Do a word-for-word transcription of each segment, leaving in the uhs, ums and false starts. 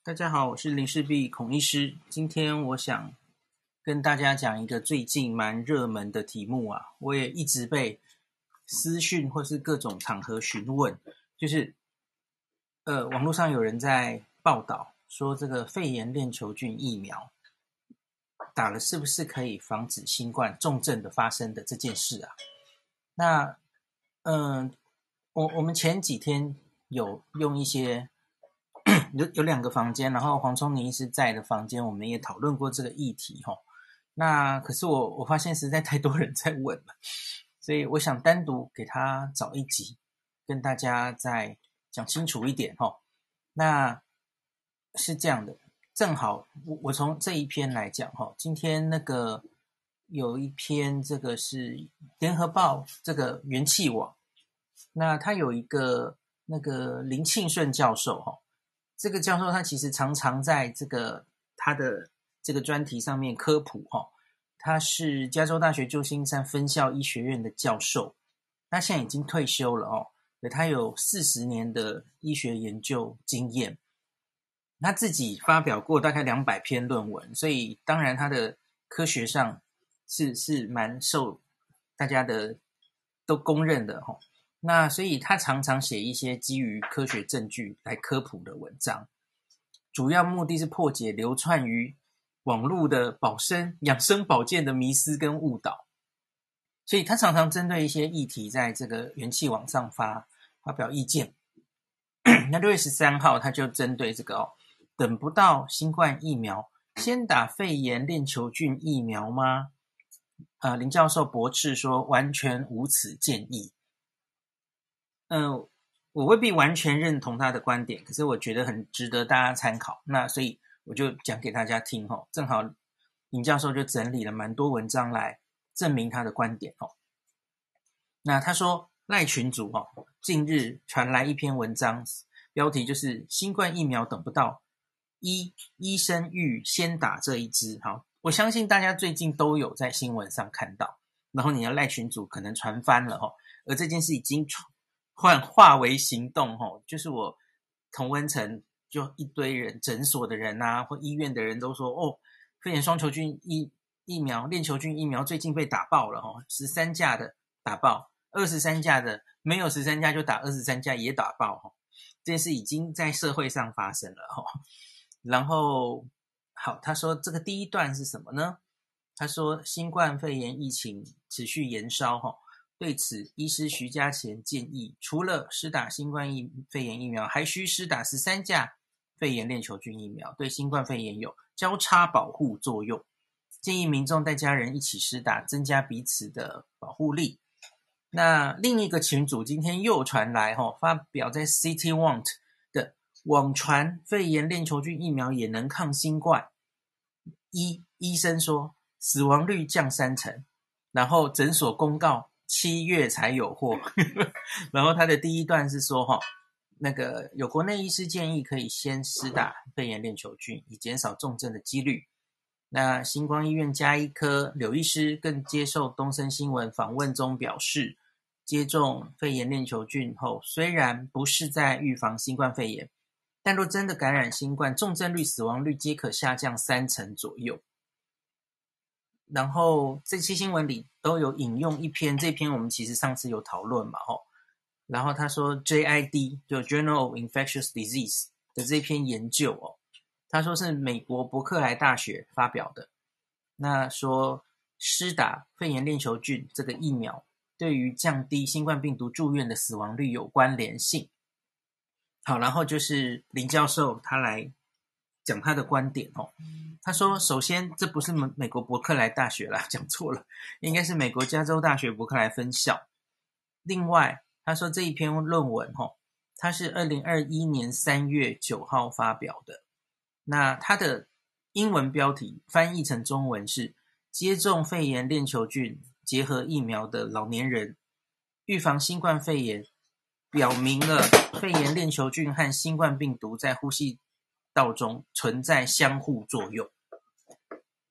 大家好，我是林氏璧孔医师。今天我想跟大家讲一个最近蛮热门的题目啊，我也一直被私讯或是各种场合询问，就是呃，网络上有人在报道说这个肺炎链球菌疫苗打了是不是可以防止新冠重症的发生的这件事啊？那嗯、呃，我我们前几天有用一些有有两个房间，然后黄聪宁医师在的房间，我们也讨论过这个议题齁。那可是我我发现实在太多人在问了，所以我想单独给他找一集，跟大家再讲清楚一点齁。那是这样的，正好我我从这一篇来讲齁，今天那个有一篇这个是联合报这个元气网，那他有一个那个林庆顺教授齁。这个教授他其实常常在这个他的这个专题上面科普齁，他是加州大学旧金山分校医学院的教授，他现在已经退休了哦，他有四十年的医学研究经验，他自己发表过大概两百篇论文，所以当然他的科学上是是蛮受大家的都公认的齁。那所以他常常写一些基于科学证据来科普的文章，主要目的是破解流窜于网络的保生养生保健的迷思跟误导，所以他常常针对一些议题在这个元气网上发发表意见。那六月十三号他就针对这个哦，等不到新冠疫苗先打肺炎链球菌疫苗吗？呃，林教授驳斥说完全无此建议。嗯、呃，我未必完全认同他的观点，可是我觉得很值得大家参考。那所以我就讲给大家听齁，正好林教授就整理了蛮多文章来证明他的观点齁。那他说赖群组齁，近日传来一篇文章，标题就是新冠疫苗等不到，医医生欲先打这一支。好，我相信大家最近都有在新闻上看到，然后你的赖群组可能传翻了齁，而这件事已经传换化为行动齁，就是我同温层就一堆人，诊所的人啊，或医院的人都说，哦，肺炎双球菌疫疫苗链球菌疫苗最近被打爆了齁，十三价的打爆，二十三价的没有十三价就打二十三价也打爆齁，这件事已经在社会上发生了齁。然后好，他说这个第一段是什么呢？他说新冠肺炎疫情持续延烧齁，对此，医师徐家贤建议，除了施打新冠肺炎疫苗，还需施打十三价肺炎链球菌疫苗，对新冠肺炎有交叉保护作用。建议民众带家人一起施打，增加彼此的保护力。那另一个群组今天又传来、哦、发表在 City Want 的网传肺炎链球菌疫苗也能抗新冠，医医生说死亡率降三成，然后诊所公告七月才有货然后他的第一段是说齁，那个有国内医师建议可以先施打肺炎链球菌，以减少重症的几率。那星光医院家医科柳医师更接受东森新闻访问中表示，接种肺炎链球菌后，虽然不是在预防新冠肺炎，但若真的感染新冠，重症率、死亡率皆可下降三成左右。然后这期新闻里都有引用一篇，这篇我们其实上次有讨论嘛齁。然后他说 J I D 就 Journal of Infectious Disease 的这篇研究哦，他说是美国伯克莱大学发表的。那说施打肺炎链球菌这个疫苗对于降低新冠病毒住院的死亡率有关联性。好，然后就是林教授他来讲他的观点哦。他说首先这不是美国伯克莱大学啦，讲错了，应该是美国加州大学伯克莱分校。另外他说这一篇论文齁，它是二零二一年三月九号发表的。那它的英文标题翻译成中文是接种肺炎链球菌结合疫苗的老年人预防新冠肺炎，表明了肺炎链球菌和新冠病毒在呼吸道中存在相互作用。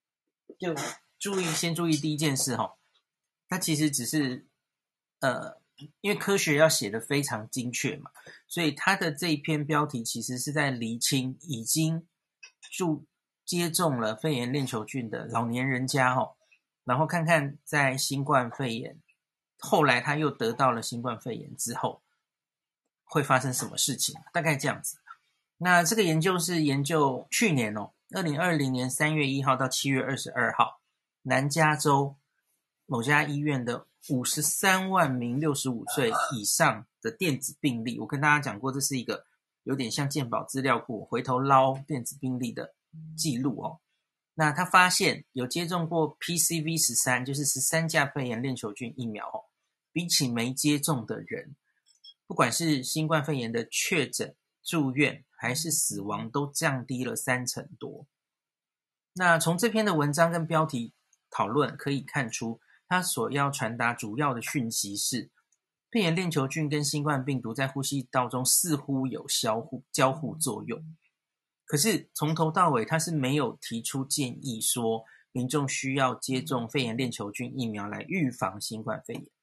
就注意先注意第一件事齁，它其实只是呃因为科学要写得非常精确嘛，所以他的这一篇标题其实是在厘清已经注接种了肺炎链球菌的老年人家哦，然后看看在新冠肺炎后来他又得到了新冠肺炎之后会发生什么事情，大概这样子。那这个研究是研究去年哦，二零二零年三月一号到七月二十二号，南加州某家医院的五十三万名六十五岁以上的电子病历。我跟大家讲过，这是一个有点像健保资料库回头捞电子病历的记录哦。那他发现有接种过 P C V 十三， 就是十三价肺炎链球菌疫苗哦，比起没接种的人，不管是新冠肺炎的确诊、住院还是死亡都降低了三成多。那从这篇的文章跟标题讨论可以看出，它所要传达主要的讯息是，肺炎链球菌跟新冠病毒在呼吸道中似乎有相互交互作用，可是从头到尾它是没有提出建议说民众需要接种肺炎链球菌疫苗来预防新冠肺炎。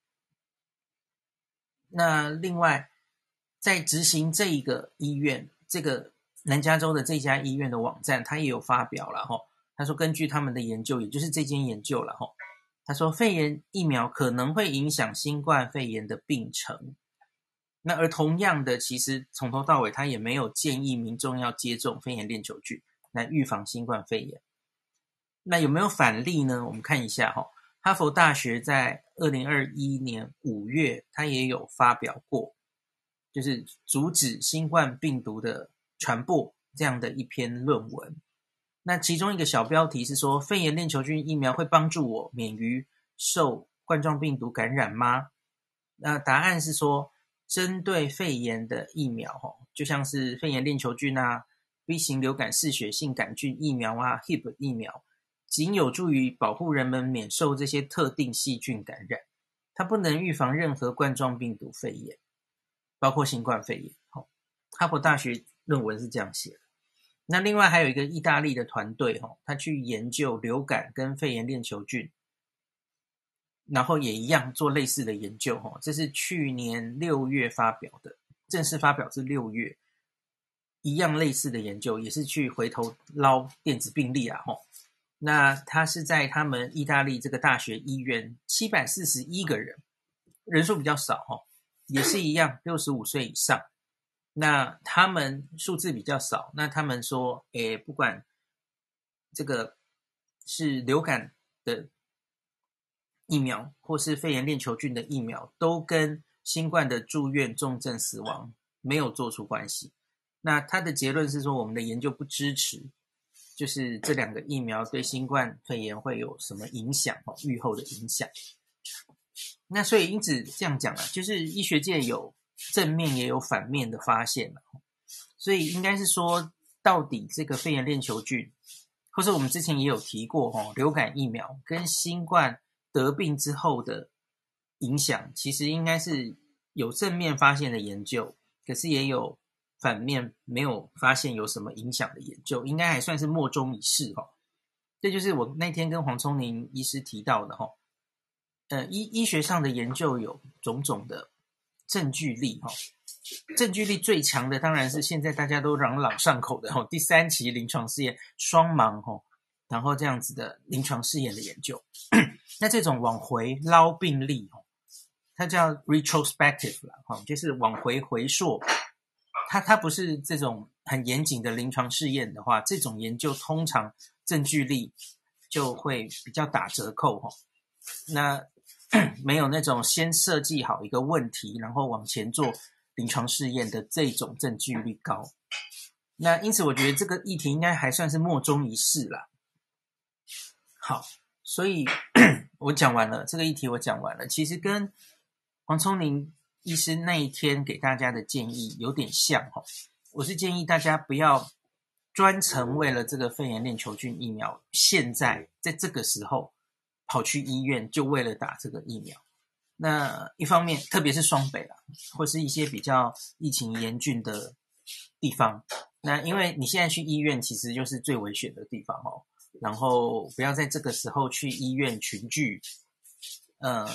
那另外在执行这一个医院，这个南加州的这家医院的网站，他也有发表了齁，他说根据他们的研究，也就是这间研究了齁，他说肺炎疫苗可能会影响新冠肺炎的病程。那而同样的，其实从头到尾他也没有建议民众要接种肺炎链球菌来预防新冠肺炎。那有没有反例呢？我们看一下齁，哈佛大学在二零二一年五月他也有发表过，就是阻止新冠病毒的传播这样的一篇论文。那其中一个小标题是说，肺炎链球菌疫苗会帮助我免于受冠状病毒感染吗？那答案是说，针对肺炎的疫苗，就像是肺炎链球菌啊、B 型流感嗜血性杆菌疫苗啊、H I P 疫苗，仅有助于保护人们免受这些特定细菌感染，它不能预防任何冠状病毒肺炎，包括新冠肺炎。哈佛大学论文是这样写的。那另外还有一个意大利的团队，他去研究流感跟肺炎链球菌，然后也一样做类似的研究，这是去年六月发表的，正式发表是六月，一样类似的研究，也是去回头捞电子病历啊。那他是在他们意大利这个大学医院七百四十一个人，人数比较少，也是一样六十五岁以上。那他们数字比较少，那他们说诶，不管这个是流感的疫苗或是肺炎链球菌的疫苗，都跟新冠的住院、重症、死亡没有做出关系。那他的结论是说，我们的研究不支持就是这两个疫苗对新冠肺炎会有什么影响，预后的影响。那所以因此这样讲啊，就是医学界有正面也有反面的发现，所以应该是说，到底这个肺炎链球菌，或者我们之前也有提过，流感疫苗跟新冠得病之后的影响，其实应该是有正面发现的研究，可是也有反面没有发现有什么影响的研究，应该还算是莫衷一是。这就是我那天跟黄聪宁医师提到的，呃，医医学上的研究有种种的证据力，证据力最强的当然是现在大家都朗朗上口的第三期临床试验双盲，然后这样子的临床试验的研究。那这种往回捞病例，它叫 retrospective 啦，就是往回回溯，它它不是这种很严谨的临床试验的话，这种研究通常证据力就会比较打折扣。那没有那种先设计好一个问题然后往前做临床试验的这种证据率高。那因此我觉得这个议题应该还算是莫衷一是啦。好，所以我讲完了这个议题，我讲完了。其实跟黄聪宁医师那一天给大家的建议有点像，我是建议大家不要专程为了这个肺炎链球菌疫苗，现在在这个时候跑去医院就为了打这个疫苗。那一方面特别是双北啦，或是一些比较疫情严峻的地方，那因为你现在去医院其实就是最危险的地方哦，然后不要在这个时候去医院群聚，呃，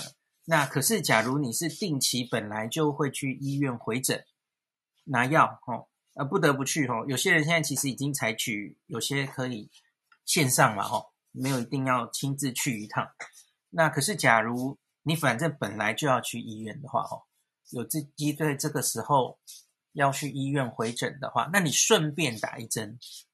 那可是假如你是定期本来就会去医院回诊拿药哦，呃不得不去哦，有些人现在其实已经采取有些可以线上了哦，没有一定要亲自去一趟。那可是假如你反正本来就要去医院的话哦，有这机会这个时候要去医院回诊的话，那你顺便打一针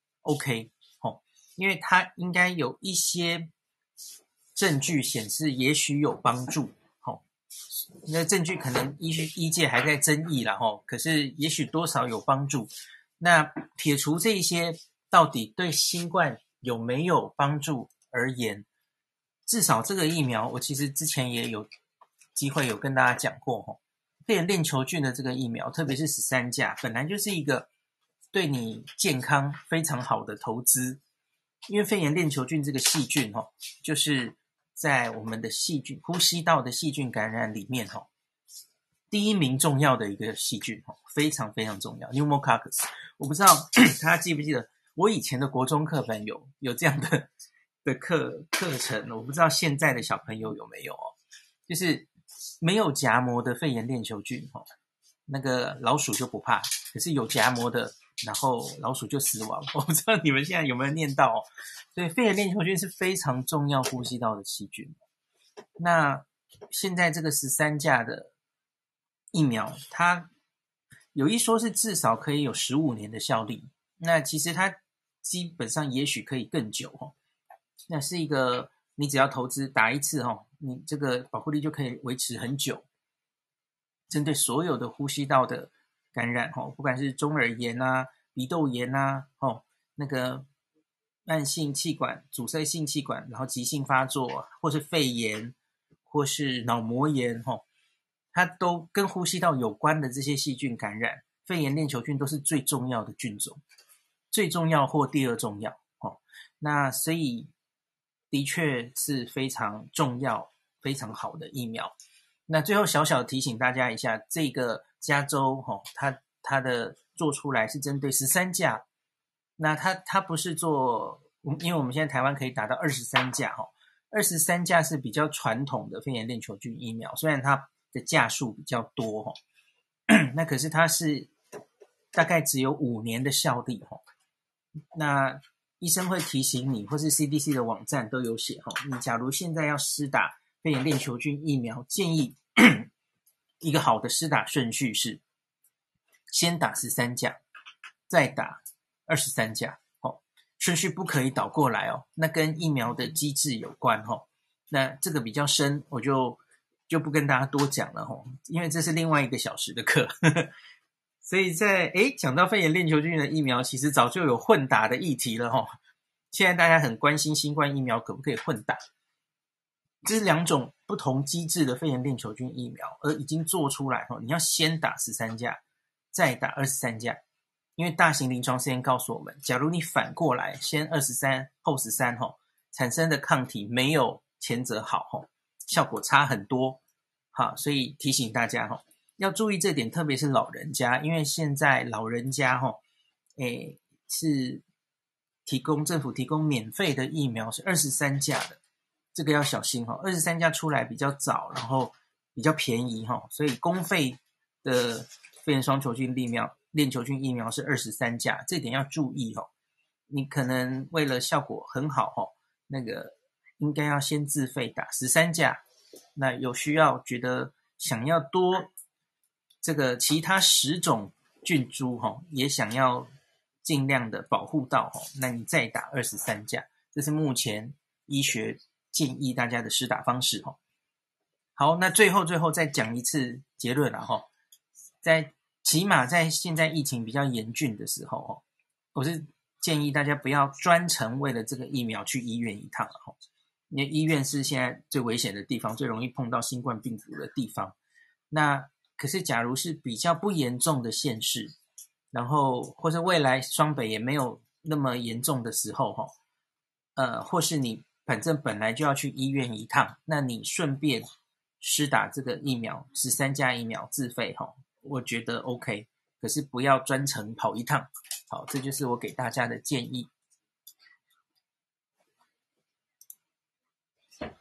OK 哦，因为它应该有一些证据显示也许有帮助哦，那证据可能医医界还在争议啦哦，可是也许多少有帮助。那撇除这些到底对新冠有没有帮助而言，至少这个疫苗我其实之前也有机会有跟大家讲过哦，肺炎链球菌的这个疫苗，特别是十三价，本来就是一个对你健康非常好的投资。因为肺炎链球菌这个细菌哦，就是在我们的细菌呼吸道的细菌感染里面哦，第一名重要的一个细菌哦，非常非常重要 Pneumococcus。 我不知道大家记不记得我以前的国中课本有有这样的的课课程，我不知道现在的小朋友有没有哦，就是没有荚膜的肺炎链球菌哦，那个老鼠就不怕，可是有荚膜的，然后老鼠就死亡。我不知道你们现在有没有念到哦。所以肺炎链球菌是非常重要呼吸道的细菌。那现在这个十三价的疫苗，它有一说是至少可以有十五年的效力，那其实它基本上也许可以更久哦。那是一个你只要投资打一次哦，你这个保护力就可以维持很久，针对所有的呼吸道的感染哦，不管是中耳炎啊、鼻窦炎啊、哦那个慢性气管、阻塞性气管，然后急性发作，或是肺炎，或是脑膜炎哦，它都跟呼吸道有关的这些细菌感染，肺炎链球菌都是最重要的菌种，最重要或第二重要哦。那所以的确是非常重要、非常好的疫苗。那最后小小提醒大家一下，这个加州哦，它它的做出来是针对十三价，那它它不是做，因为我们现在台湾可以打到二十三价哦，二十三价是比较传统的肺炎链球菌疫苗，虽然它的价数比较多哦，那可是它是大概只有五年的效力哦。那医生会提醒你，或是 C D C 的网站都有写哦，你假如现在要施打肺炎链球菌疫苗，建议一个好的施打顺序是先打十三价，再打二十三价哦，顺序不可以倒过来哦，那跟疫苗的机制有关哦。那这个比较深，我就就不跟大家多讲了哦，因为这是另外一个小时的课。所以在诶讲到肺炎链球菌的疫苗，其实早就有混打的议题了哦。现在大家很关心新冠疫苗可不可以混打，这是两种不同机制的肺炎链球菌疫苗，而已经做出来哦，你要先打十三价，再打二十三价。因为大型临床试验告诉我们，假如你反过来先二十三后十三哦，产生的抗体没有前者好哦，效果差很多。好，所以提醒大家哦，要注意这点，特别是老人家，因为现在老人家哦，诶是提供政府提供免费的疫苗是二十三价的，这个要小心哦。二十三价出来比较早，然后比较便宜哦，所以公费的肺炎双球菌疫苗、链球菌疫苗是二十三价，这点要注意哦。你可能为了效果很好哦，那个应该要先自费打十三价。那有需要觉得想要多这个其他十种菌株哦，也想要尽量的保护到哦，那你再打二十三价，这是目前医学建议大家的施打方式哦。好，那最后最后再讲一次结论啦哈，在起码在现在疫情比较严峻的时候哦，我是建议大家不要专程为了这个疫苗去医院一趟了哈。因为医院是现在最危险的地方，最容易碰到新冠病毒的地方。那可是假如是比较不严重的县市，然后或是未来双北也没有那么严重的时候齁，呃，或是你反正本来就要去医院一趟，那你顺便施打这个疫苗十三价疫苗自费齁，我觉得 OK， 可是不要专程跑一趟。好，这就是我给大家的建议。